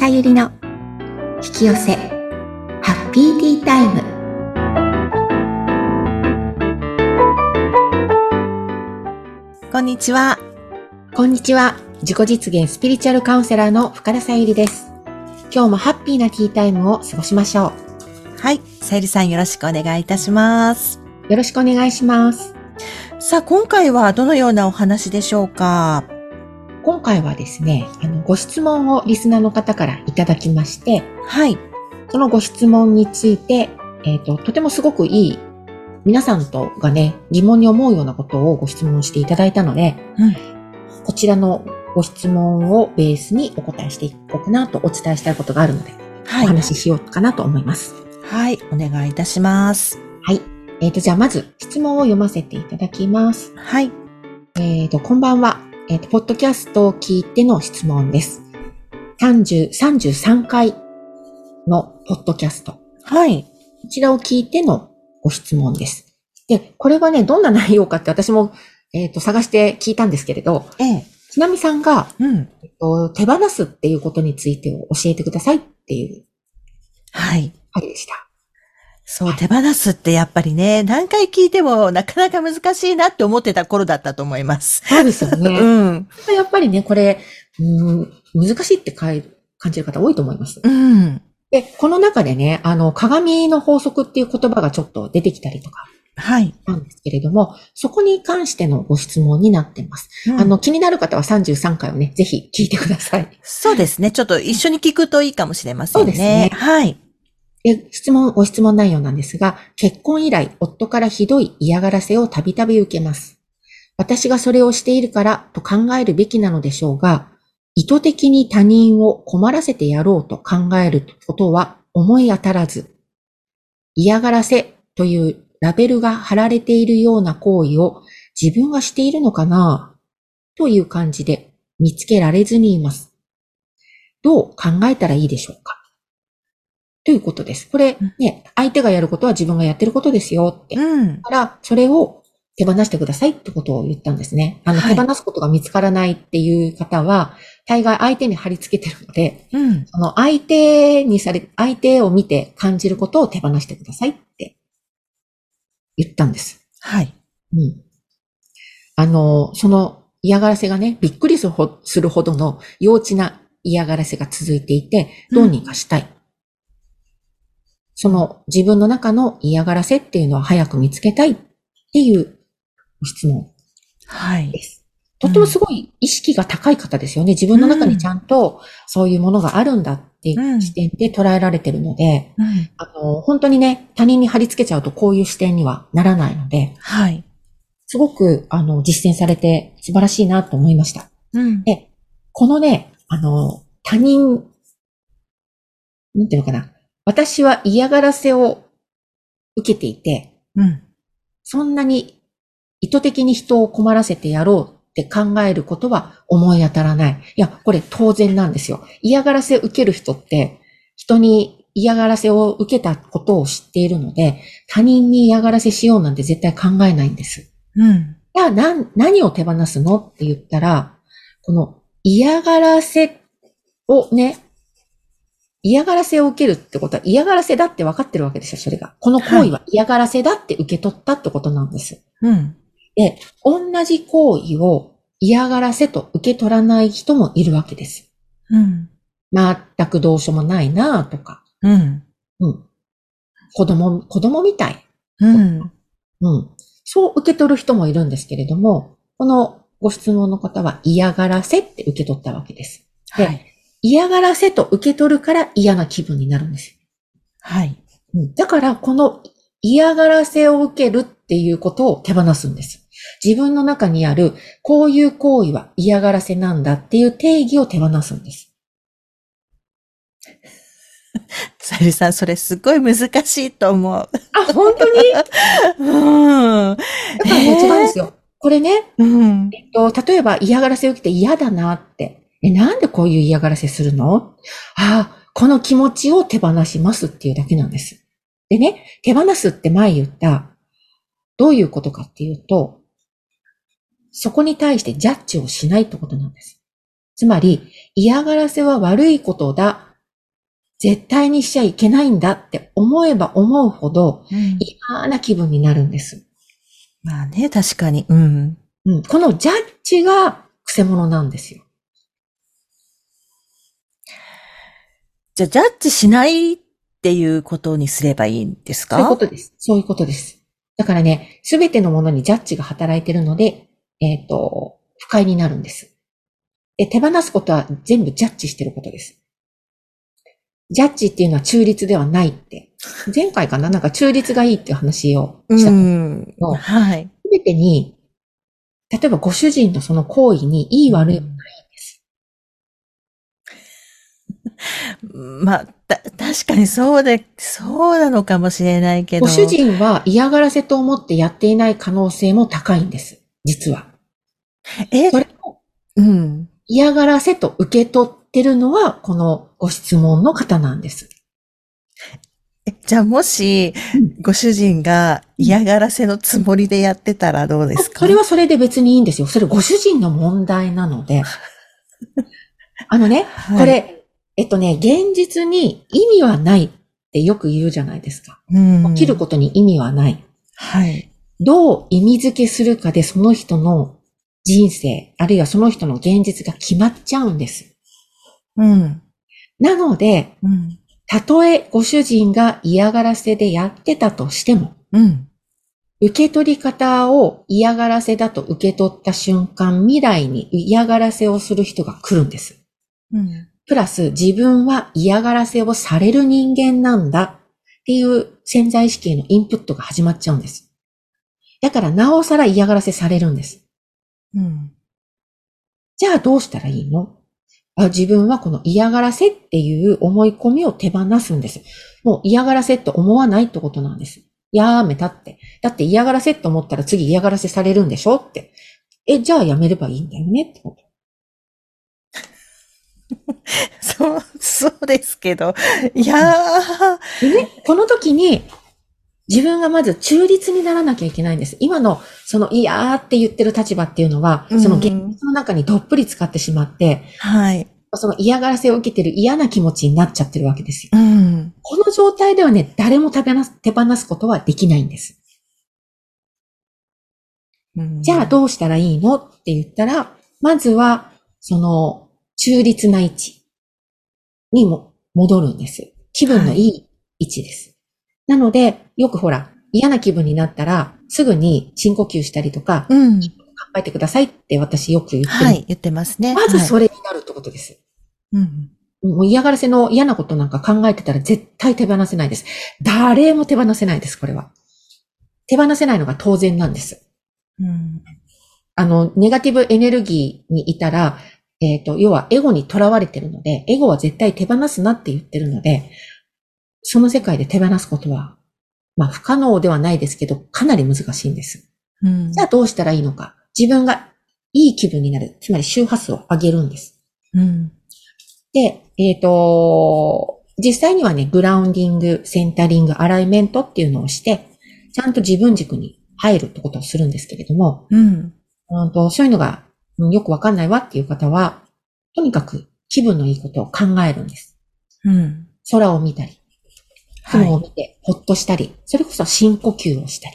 ゆりの引き寄せハッピーティータイム。 こんにちは。 こんにちは。自己実現スピリチュアルカウンセラーの深田さゆりです。今日もハッピーなティータイムを過ごしましょう。 はい。さゆりさんよろしくお願いいたします。 よろしくお願いします。 さあ、今回はどのようなお話でしょうか？ 今回はですね、ご質問をリスナーの方からいただきまして、 はい。 そのご質問について、とてもすごくいい、皆さんとがね、疑問に思うようなことをご質問していただいたので、こちらのご質問をベースにお答えしていこうかなとお伝えしたいことがあるので、お話ししようかなと思います。 はい。お願いいたします。 はい。じゃあまず質問を読ませていただきます。 はい。 こんばんは。ポッドキャストを聞いての質問です。33回のポッドキャスト。 はい。 こちらを聞いてのご質問です。で、これはね、どんな内容かって私も、探して聞いたんですけれど、ちなみさんが、手放すっていうことについてを教えてくださいっていう、 はい。 あれでした。 そう、手放すってやっぱりね、何回聞いてもなかなか難しいなって思ってた頃だったと思います。 そうですよね。やっぱりね、これ、難しいって感じる方多いと思います。で、この中でね、鏡の法則っていう言葉がちょっと出てきたりとか、なんですけれども、そこに関してのご質問になっています。気になる方は33回をね、ぜひ聞いてください。 そうですね。ちょっと一緒に聞くといいかもしれませんね。 そうですね。 はい。 で、ご質問内容なんですが、結婚以来、夫からひどい嫌がらせをたびたび受けます。私がそれをしているからと考えるべきなのでしょうが、意図的に他人を困らせてやろうと考えることは思い当たらず、嫌がらせというラベルが貼られているような行為を自分はしているのかなという感じで見つけられずにいます。どう考えたらいいでしょうかということです。これね、相手がやることは自分がやってることですよって。だから、それを手放してくださいってことを言ったんですね。手放すことが見つからないっていう方は、大概相手に貼り付けてるので、その相手を見て感じることを手放してくださいって言ったんです。 はい。 その嫌がらせがね、びっくりするほどの幼稚な嫌がらせが続いていて、どうにかしたい。その自分の中の嫌がらせっていうのは早く見つけたいっていう質問です。とってもすごい意識が高い方ですよね。自分の中にちゃんとそういうものがあるんだっていう視点で捉えられてるので、本当にね、他人に貼り付けちゃうとこういう視点にはならないので、すごく実践されて素晴らしいなと思いました。で、このね、他人、なんていうのかな。私は嫌がらせを受けていて、そんなに意図的に人を困らせてやろうって考えることは思い当たらない。いや、これ当然なんですよ。嫌がらせを受ける人って、人に嫌がらせを受けたことを知っているので、他人に嫌がらせしようなんて絶対考えないんです。じゃあ何を手放すのって言ったら、この嫌がらせをね、嫌がらせを受けるってことは嫌がらせだって分かってるわけですよ、それが。この行為は嫌がらせだって受け取ったってことなんです。で、同じ行為を嫌がらせと受け取らない人もいるわけです。全くどうしようもないなとか。子供みたい。そう受け取る人もいるんですけれども、このご質問の方は嫌がらせって受け取ったわけです。で、嫌がらせと受け取るから嫌な気分になるんです。だからこの嫌がらせを受けるっていうことを手放すんです。自分の中にあるこういう行為は嫌がらせなんだっていう定義を手放すんです。 さゆりさん、それすごい難しいと思う。 本当にだからね、違うんですよ。これね、例えば嫌がらせを受けて嫌だなって。なんでこういう嫌がらせするの？この気持ちを手放しますっていうだけなんです。でね、手放すって前言った、どういうことかっていうと、そこに対してジャッジをしないってことなんです。つまり、嫌がらせは悪いことだ絶対にしちゃいけないんだって思えば思うほど嫌な気分になるんです。 まあね、確かに。うん。 このジャッジが癖者なんですよ。 じゃあ、ジャッジしないっていうことにすればいいんですか？ そういうことです。そういうことです。だからね、すべてのものにジャッジが働いているので、不快になるんです。手放すことは全部ジャッジしてることです。ジャッジっていうのは中立ではないって。前回かななんか中立がいいっていう話をしたの。 はい。 すべてに、例えばご主人のその行為にいい悪いはないんです。 まあ、確かにそうなのかもしれないけど。 ご主人は嫌がらせと思ってやっていない可能性も高いんです。実は。それを嫌がらせと受け取ってるのは、このご質問の方なんです。 じゃあもし、ご主人が嫌がらせのつもりでやってたらどうですか？ それはそれで別にいいんですよ。それご主人の問題なので。これ、現実に意味はないってよく言うじゃないですか。起きることに意味はない。 はい。 どう意味付けするかでその人の人生、あるいはその人の現実が決まっちゃうんです。なので、たとえご主人が嫌がらせでやってたとしても、受け取り方を嫌がらせだと受け取った瞬間、未来に嫌がらせをする人が来るんです。プラス自分は嫌がらせをされる人間なんだっていう潜在意識へのインプットが始まっちゃうんです。だからなおさら嫌がらせされるんです。じゃあどうしたらいいの？自分はこの嫌がらせっていう思い込みを手放すんです。もう嫌がらせって思わないってことなんです。やめたって。だって嫌がらせって思ったら次嫌がらせされるんでしょって。じゃあやめればいいんだよねってこと。 そうですけど。いやー。 でね、この時に自分がまず中立にならなきゃいけないんです。今のその嫌って言ってる立場っていうのは、その現実の中にどっぷり使ってしまって、 はい。 その嫌がらせを受けてる嫌な気持ちになっちゃってるわけですよ。この状態ではね、誰も手放すことはできないんです。じゃあどうしたらいいのって言ったら、まずは、その中立な位置にも戻るんです。気分のいい位置です。なので、よくほら、嫌な気分になったら、すぐに深呼吸したりとか、考えてくださいって私よく言ってる。 はい、言ってますね。 まずそれになるってことです。もう嫌がらせの嫌なことなんか考えてたら絶対手放せないです。誰も手放せないです、これは。手放せないのが当然なんです。ネガティブエネルギーにいたら、要はエゴにとらわれてるので、エゴは絶対手放すなって言ってるので、その世界で手放すことは、不可能ではないですけど、かなり難しいんです。じゃあどうしたらいいのか。自分がいい気分になる。つまり周波数を上げるんです。で、実際にはね、グラウンディング、センタリング、アライメントっていうのをして、ちゃんと自分軸に入るってことをするんですけれども、そういうのがよくわかんないわっていう方は、とにかく気分のいいことを考えるんです。空を見たり、雲を見てほっとしたり、それこそ深呼吸をしたり。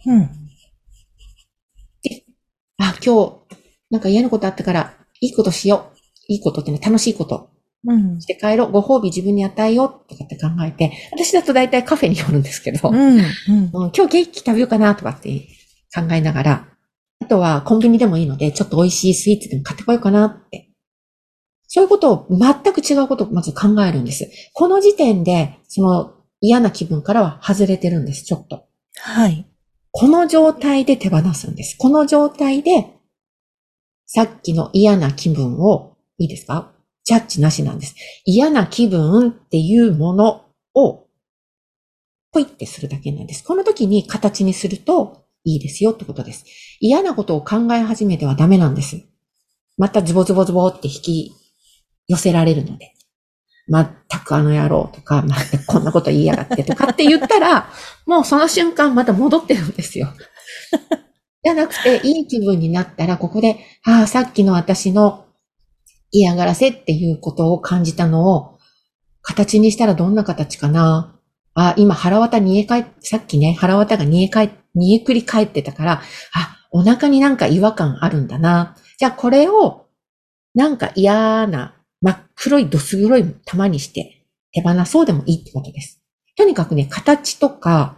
で、今日なんか嫌なことあったから、いいことしよう。いいことってね、楽しいことして帰ろう。ご褒美自分に与えようとかって考えて、私だと大体カフェに寄るんですけど、今日ケーキ食べようかなとかって考えながら、あとはコンビニでもいいので、ちょっと美味しいスイーツでも買ってこようかなって。そういうことを全く違うことをまず考えるんです。この時点で、その嫌な気分からは外れてるんです、ちょっと。 はい。 この状態で手放すんです。この状態で、さっきの嫌な気分を、いいですか？ジャッジなしなんです。嫌な気分っていうものを、ポイってするだけなんです。この時に形にするといいですよってことです。嫌なことを考え始めてはダメなんです。またズボズボズボって引き寄せられるので。まったくあの野郎とか、まったくこんなこと言いやがってとかって言ったら、もうその瞬間また戻ってるんですよ。じゃなくて、いい気分になったら、ここで、さっきの私の嫌がらせっていうことを感じたのを、 形にしたらどんな形かな。あ、今腹渡さっきね、腹渡が煮えくり返ってたから、あ、お腹になんか違和感あるんだな。じゃあこれを、なんか嫌な、真っ黒いどす黒い玉にして手放そうでもいいってことです。とにかくね、形とか、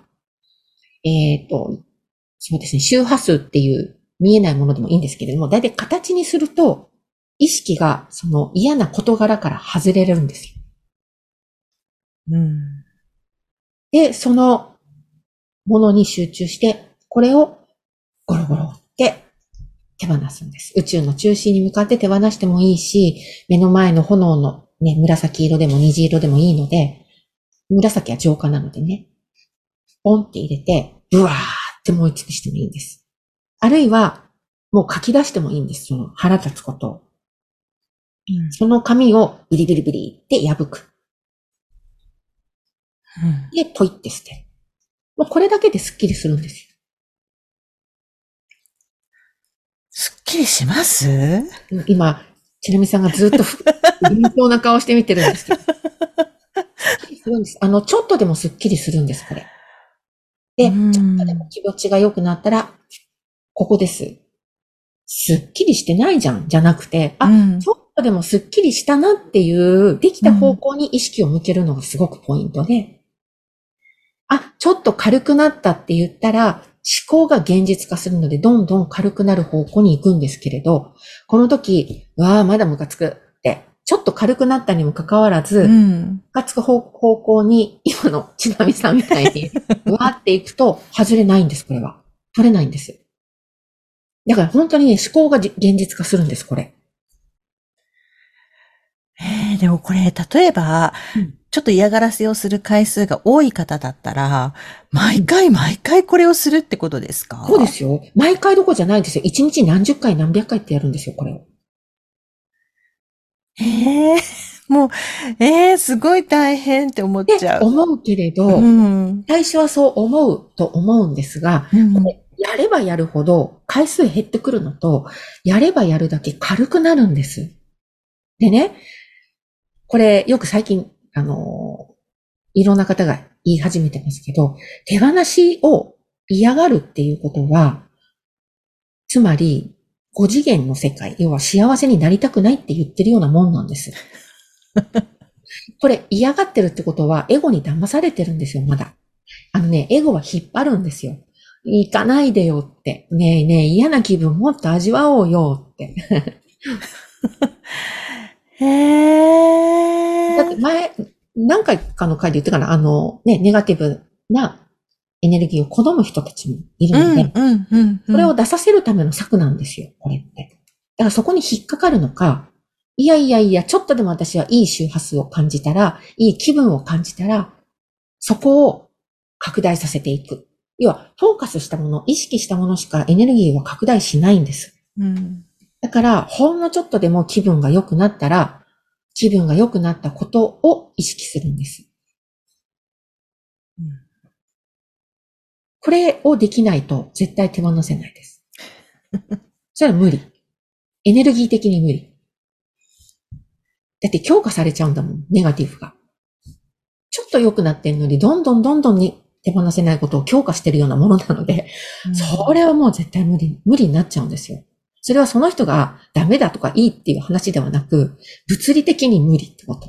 そうですね、周波数っていう見えないものでもいいんですけれども、だいたい形にすると、意識がその嫌な事柄から外れるんですよ。 うん。 で、そのものに集中して、これをゴロゴロって手放すんです。宇宙の中心に向かって手放してもいいし、目の前の炎のね、紫色でも虹色でもいいので、紫は浄化なのでね、ポンって入れて、ブワーって燃え尽くしてもいいんです。あるいは、もう書き出してもいいんです。その腹立つことを。その紙をブリブリブリって破く。で、ポイって捨てる。もうこれだけでスッキリするんですよ。 すっきりします？ 今、ちなみさんがずっと微妙な顔して見てるんですけど。するんです。ちょっとでもスッキリするんです、これ。で、ちょっとでも気持ちが良くなったら、ここです。すっきりしてないじゃん、じゃなくて、ちょっとでもすっきりしたなっていう、できた方向に意識を向けるのがすごくポイントで、ちょっと軽くなったって言ったら、思考が現実化するので、どんどん軽くなる方向に行くんですけれど、この時、まだムカつくって、ちょっと軽くなったにもかかわらず、ムカつく方向に、今のちなみさんみたいに、っていくと、外れないんです、これは。取れないんです。だから本当にね、思考が現実化するんです、これ。 でもこれ、例えば、ちょっと嫌がらせをする回数が多い方だったら、毎回これをするってことですか？ そうですよ。毎回どころじゃないですよ。1日何十回何百回ってやるんですよ、これを。 もう、すごい大変って思っちゃう。 思うけれど、最初はそう思うと思うんですが、やればやるほど回数減ってくるのと、やればやるだけ軽くなるんです。でね、これよく最近、いろんな方が言い始めてますけど、手放しを嫌がるっていうことは、つまり、5次元の世界、要は幸せになりたくないって言ってるようなもんなんです。これ嫌がってるってことは、エゴに騙されてるんですよ、まだ。エゴは引っ張るんですよ。行かないでよって。ねえねえ、嫌な気分もっと味わおうよって。だって何回かの回で言ってから、ネガティブなエネルギーを好む人たちもいるので、それを出させるための策なんですよ、これって。だからそこに引っかかるのか、いや、ちょっとでも私はいい周波数を感じたら、いい気分を感じたら、そこを拡大させていく。要は、フォーカスしたもの、意識したものしかエネルギーは拡大しないんです。だから、ほんのちょっとでも気分が良くなったら、気分が良くなったことを意識するんです。これをできないと絶対手放せないです。それは無理。エネルギー的に無理。だって強化されちゃうんだもん、ネガティブが。ちょっと良くなってんのに、どんどんに手放せないことを強化してるようなものなので、それはもう絶対無理になっちゃうんですよ。それはその人がダメだとかいいっていう話ではなく、物理的に無理ってこと。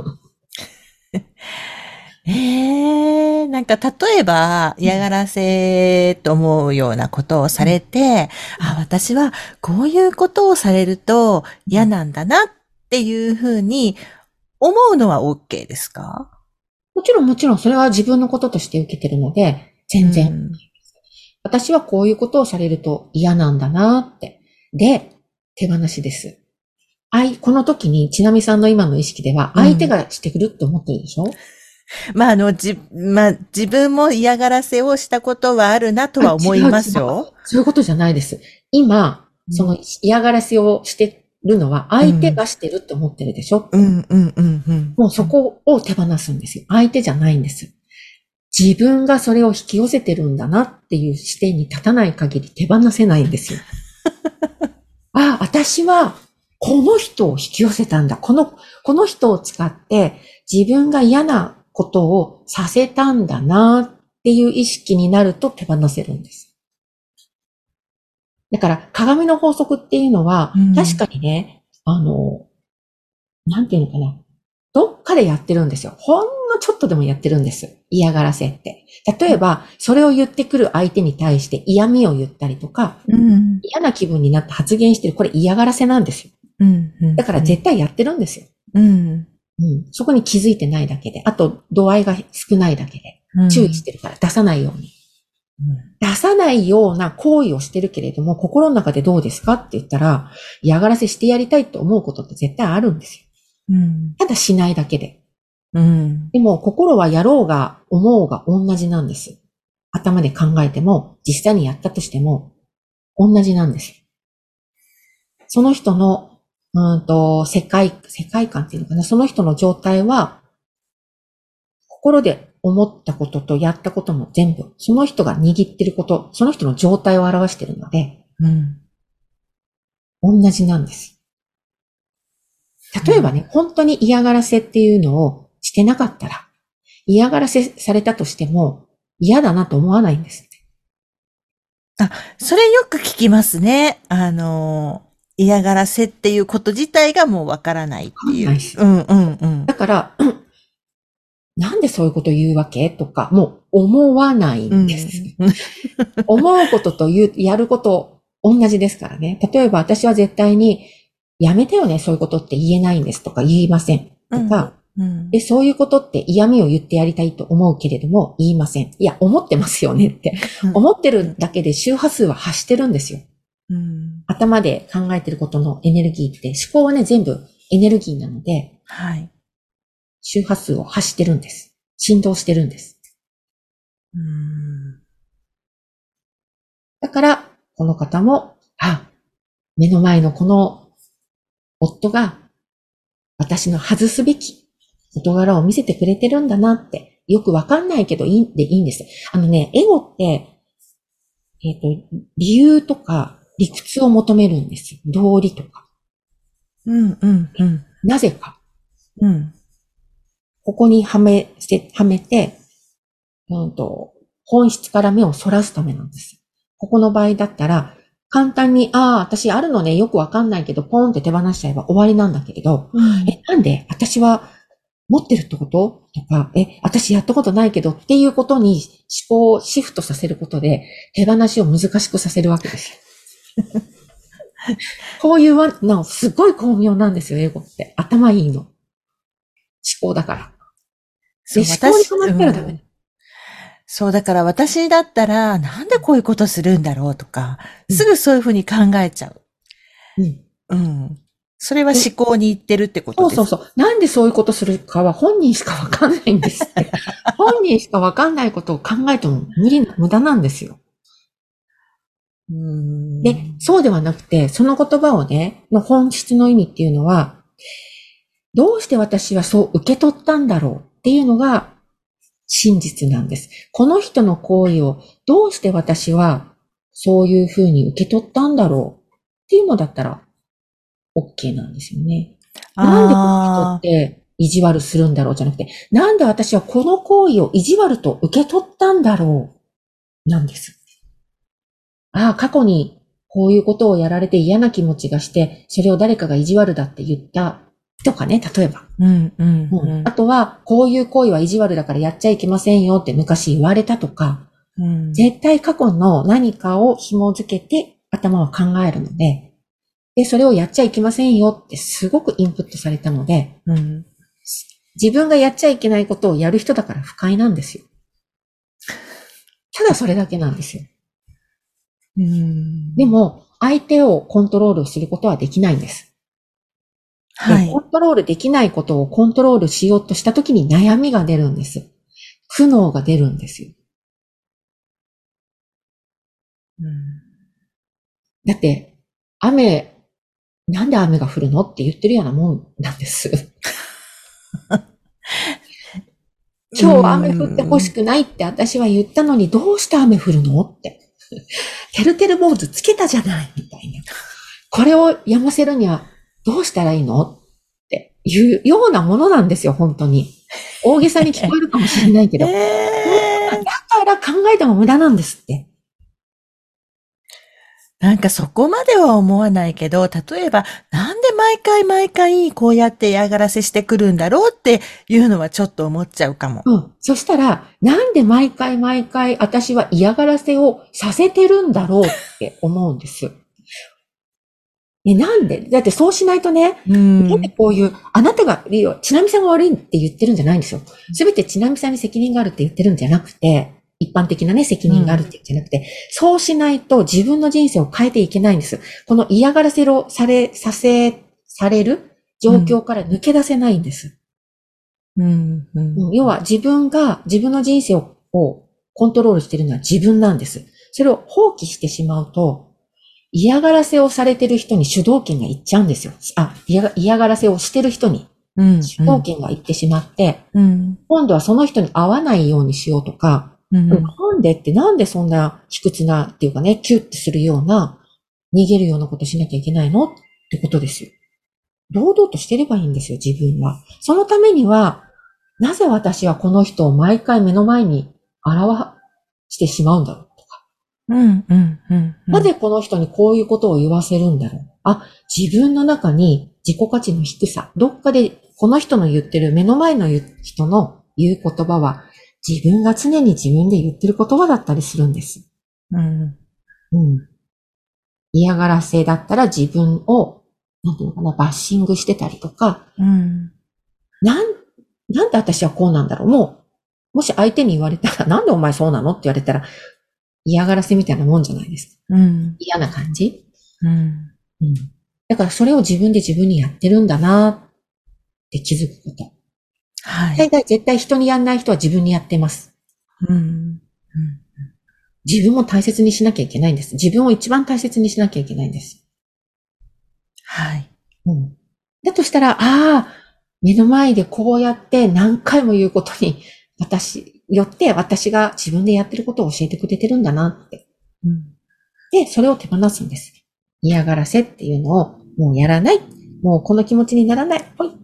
なんか例えば嫌がらせと思うようなことをされて、私はこういうことをされると嫌なんだなっていうふうに思うのは OK ですか？ もちろんそれは自分のこととして受けてるので、全然。私はこういうことをされると嫌なんだなって。で、手放しです。この時に、ちなみさんの今の意識では、相手がしてくるって思ってるでしょ？ 自分も嫌がらせをしたことはあるなとは思いますよ。 そういうことじゃないです。今、その嫌がらせをしてるのは、相手がしてるって思ってるでしょ？もうそこを手放すんですよ。相手じゃないんです。自分がそれを引き寄せてるんだなっていう視点に立たない限り手放せないんですよ。私はこの人を引き寄せたんだ。この人を使って自分が嫌なことをさせたんだなっていう意識になると手放せるんです。だから鏡の法則っていうのは、確かにね、なんていうのかな。どっかでやってるんですよ。ほんのちょっとでもやってるんです。嫌がらせって。例えば、それを言ってくる相手に対して嫌味を言ったりとか、嫌な気分になって発言してる。これ嫌がらせなんですよ。だから絶対やってるんですよ。そこに気づいてないだけで。あと、度合いが少ないだけで。注意してるから出さないように。出さないような行為をしてるけれども、心の中でどうですかって言ったら、嫌がらせしてやりたいと思うことって絶対あるんですよ。ただしないだけで。でも、心はやろうが思うが同じなんです。頭で考えても、実際にやったとしても、同じなんです。その人の、世界観っていうのかな、その人の状態は、心で思ったこととやったことも全部、その人が握ってること、その人の状態を表しているので、同じなんです。例えばね、本当に嫌がらせっていうのをしてなかったら、嫌がらせされたとしても嫌だなと思わないんです。 それよく聞きますね。嫌がらせっていうこと自体がもうわからないっていう。 だから、なんでそういうこと言うわけとか、もう思わないんです。思うこととやること同じですからね。例えば私は絶対に、やめてよね、そういうことって言えないんですとか言いません。とか、そういうことって嫌味を言ってやりたいと思うけれども言いません。いや、思ってますよねって。思ってるだけで周波数は発してるんですよ。頭で考えてることのエネルギーって、思考はね、全部エネルギーなので、周波数を発してるんです。振動してるんです。だから、この方も、目の前のこの夫が私の外すべき事柄を見せてくれてるんだなって、よくわかんないけどいいんです。エゴって、理由とか理屈を求めるんですよ。道理とか。なぜか。ここにはめて、本質から目をそらすためなんです。ここの場合だったら、簡単に、私あるのね、よくわかんないけど、ポーンって手放しちゃえば終わりなんだけれど、なんで私は持ってるってこととか、私やったことないけどっていうことに思考をシフトさせることで、手放しを難しくさせるわけですよ。こういうの、すごい巧妙なんですよ、英語って。頭いいの。思考だから。で、思考にはまったらダメ。 そう、だから私だったら、なんでこういうことするんだろうとか、すぐそういうふうに考えちゃう。それは思考に行ってるってことです。 そう。なんでそういうことするかは本人しかわかんないんですって。本人しかわかんないことを考えても無駄なんですよ。で、そうではなくて、その言葉をね、の本質の意味っていうのは、どうして私はそう受け取ったんだろうっていうのが真実なんです。この人の行為をどうして私はそういうふうに受け取ったんだろうっていうのだったら OK なんですよね。なんでこの人って意地悪するんだろうじゃなくて、なんで私はこの行為を意地悪と受け取ったんだろうなんです。過去にこういうことをやられて嫌な気持ちがして、それを誰かが意地悪だって言ったとかね、例えば。あとは、こういう行為は意地悪だからやっちゃいけませんよって昔言われたとか、絶対過去の何かを紐づけて頭は考えるので、それをやっちゃいけませんよってすごくインプットされたので、自分がやっちゃいけないことをやる人だから不快なんですよ。ただそれだけなんですよ。でも、相手をコントロールすることはできないんです。コントロールできないことをコントロールしようとしたときに悩みが出るんです。苦悩が出るんですよ。だって、なんで雨が降るのって言ってるようなもんなんです。今日雨降ってほしくないって私は言ったのにどうして雨降るのって。てるてる坊主つけたじゃないみたいな。これをやませるにはどうしたらいいのっていうようなものなんですよ、本当に。大げさに聞こえるかもしれないけど。だから考えても無駄なんですって。 なんかそこまでは思わないけど、例えば、なんで毎回こうやって嫌がらせしてくるんだろうっていうのはちょっと思っちゃうかも。 うん。そしたら、なんで毎回私は嫌がらせをさせてるんだろうって思うんです。なんでだってそうしないとね、なんでこういう、あなたが、ちなみさんが悪いって言ってるんじゃないんですよ。すべてちなみさんに責任があるって言ってるんじゃなくて、一般的なね、責任があるって言うんじゃなくて、そうしないと自分の人生を変えていけないんです。この嫌がらせをされる状況から抜け出せないんです。要は自分の人生をコントロールしているのは自分なんです。それを放棄してしまうと、嫌がらせをされてる人に主導権がいっちゃうんですよ。嫌がらせをしてる人に主導権がいってしまって、今度はその人に会わないようにしようとか、なんでそんな卑屈なっていうかね、キュッてするような、逃げるようなことしなきゃいけないのってことですよ。堂々としてればいいんですよ、自分は。そのためには、なぜ私はこの人を毎回目の前に表してしまうんだろうとか。なぜこの人にこういうことを言わせるんだろう。自分の中に自己価値の低さ。どっかでこの人の言ってる目の前の人の言う言葉は自分が常に自分で言ってる言葉だったりするんです。嫌がらせだったら自分を、なんていうのかな、バッシングしてたりとか、なんで私はこうなんだろう。もし相手に言われたら、なんでお前そうなのって言われたら、嫌がらせみたいなもんじゃないですか。嫌な感じ、だからそれを自分で自分にやってるんだなって気づくこと。絶対人にやんない人は自分にやってます。自分も大切にしなきゃいけないんです。自分を一番大切にしなきゃいけないんです。だとしたら、目の前でこうやって何回も言うことに、私が自分でやってることを教えてくれてるんだなって。で、それを手放すんです。嫌がらせっていうのをもうやらない。もうこの気持ちにならない。ほいって。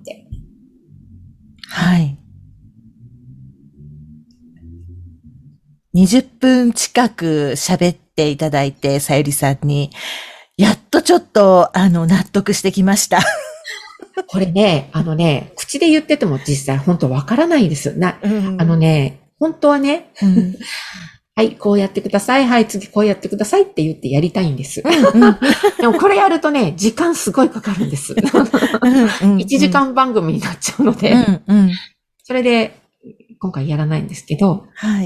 20分近く喋っていただいて、さゆりさんに、やっとちょっと、納得してきました。 これね、口で言ってても実際本当わからないです。本当はね、はい、こうやってください。はい、次こうやってくださいって言ってやりたいんです。でもこれやるとね、時間すごいかかるんです。1時間番組になっちゃうので、それで今回やらないんですけど、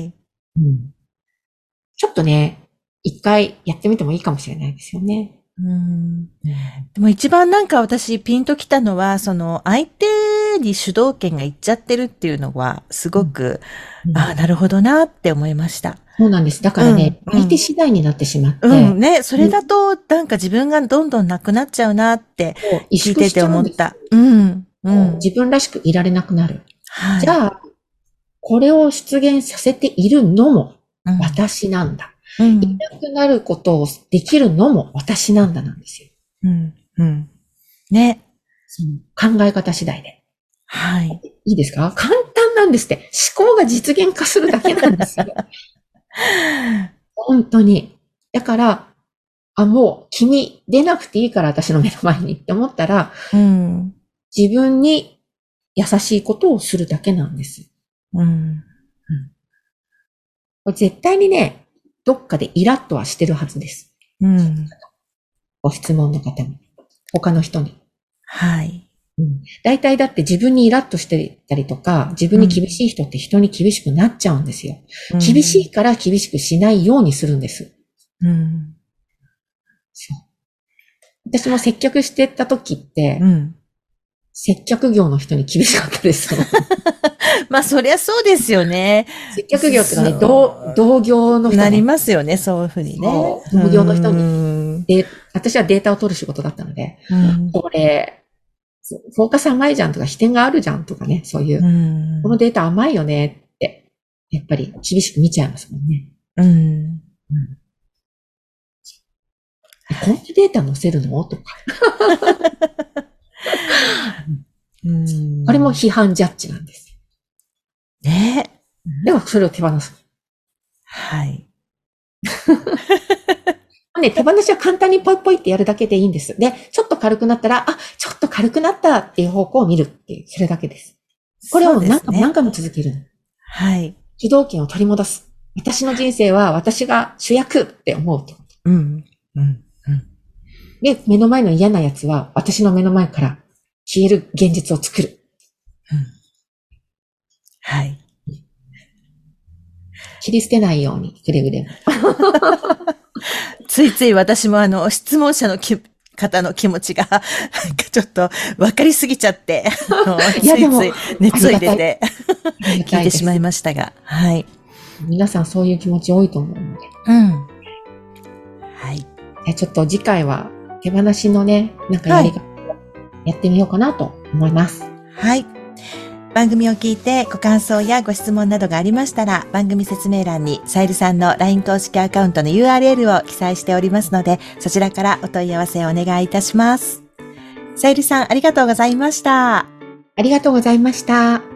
ちょっとね、一回やってみてもいいかもしれないですよね。 でも一番なんか私ピンときたのは、その相手に主導権がいっちゃってるっていうのは、すごく、なるほどなって思いました。 そうなんです。だからね、相手次第になってしまって。 それだと、なんか自分がどんどんなくなっちゃうなって、聞いてて思った。 自分らしくいられなくなる。じゃあ、これを出現させているのも私なんだ。いなくなることをできるのも私なんだなんですよ。 ね。 その考え方次第で。いいですか？簡単なんですって。思考が実現化するだけなんですよ。本当に。だから、もう君出なくていいから私の目の前にって思ったら、自分に優しいことをするだけなんです。絶対にね、どっかでイラッとはしてるはずです。ご質問の方も。他の人に。大体だって自分にイラッとしてたりとか、自分に厳しい人って人に厳しくなっちゃうんですよ。厳しいから厳しくしないようにするんです。私も接客してた時って、接客業の人に厳しかったですよ。 まあ、そりゃそうですよね。 接客業ってのはね、同業の人、 なりますよね、そういうふうにね。 同業の人に。で、私はデータを取る仕事だったので、これ、フォーカス甘いじゃんとか、視点があるじゃんとかね、そういう、このデータ甘いよねって、やっぱり厳しく見ちゃいますもんね。こんなデータ載せるのとか。 これも批判ジャッジなんです。 ね。 では、それを手放す。 はい。 ね、手放しは簡単にポイポイってやるだけでいいんです。で、ちょっと軽くなったら、ちょっと軽くなったっていう方向を見るっていう、それだけです。これを何回も何回も続ける。 はい。 主導権を取り戻す。私の人生は私が主役って思うと。 うん。うん。 で、目の前の嫌なやつは私の目の前から消える現実を作る。 うん、はい。 切り捨てないように、くれぐれも。 ついつい私も質問者の方の気持ちが、なんかちょっと分かりすぎちゃって、ついつい熱を入れて聞いてしまいましたが、はい。 皆さんそういう気持ち多いと思うので。 うん。はい。 ちょっと次回は手放しのね、なんかやり方をやってみようかなと思います。 はい。番組を聞いてご感想やご質問などがありましたら、番組説明欄にさゆりさんの LINE 公式アカウントの URL を記載しておりますので、そちらからお問い合わせをお願いいたします。さゆりさん、ありがとうございました。 ありがとうございました。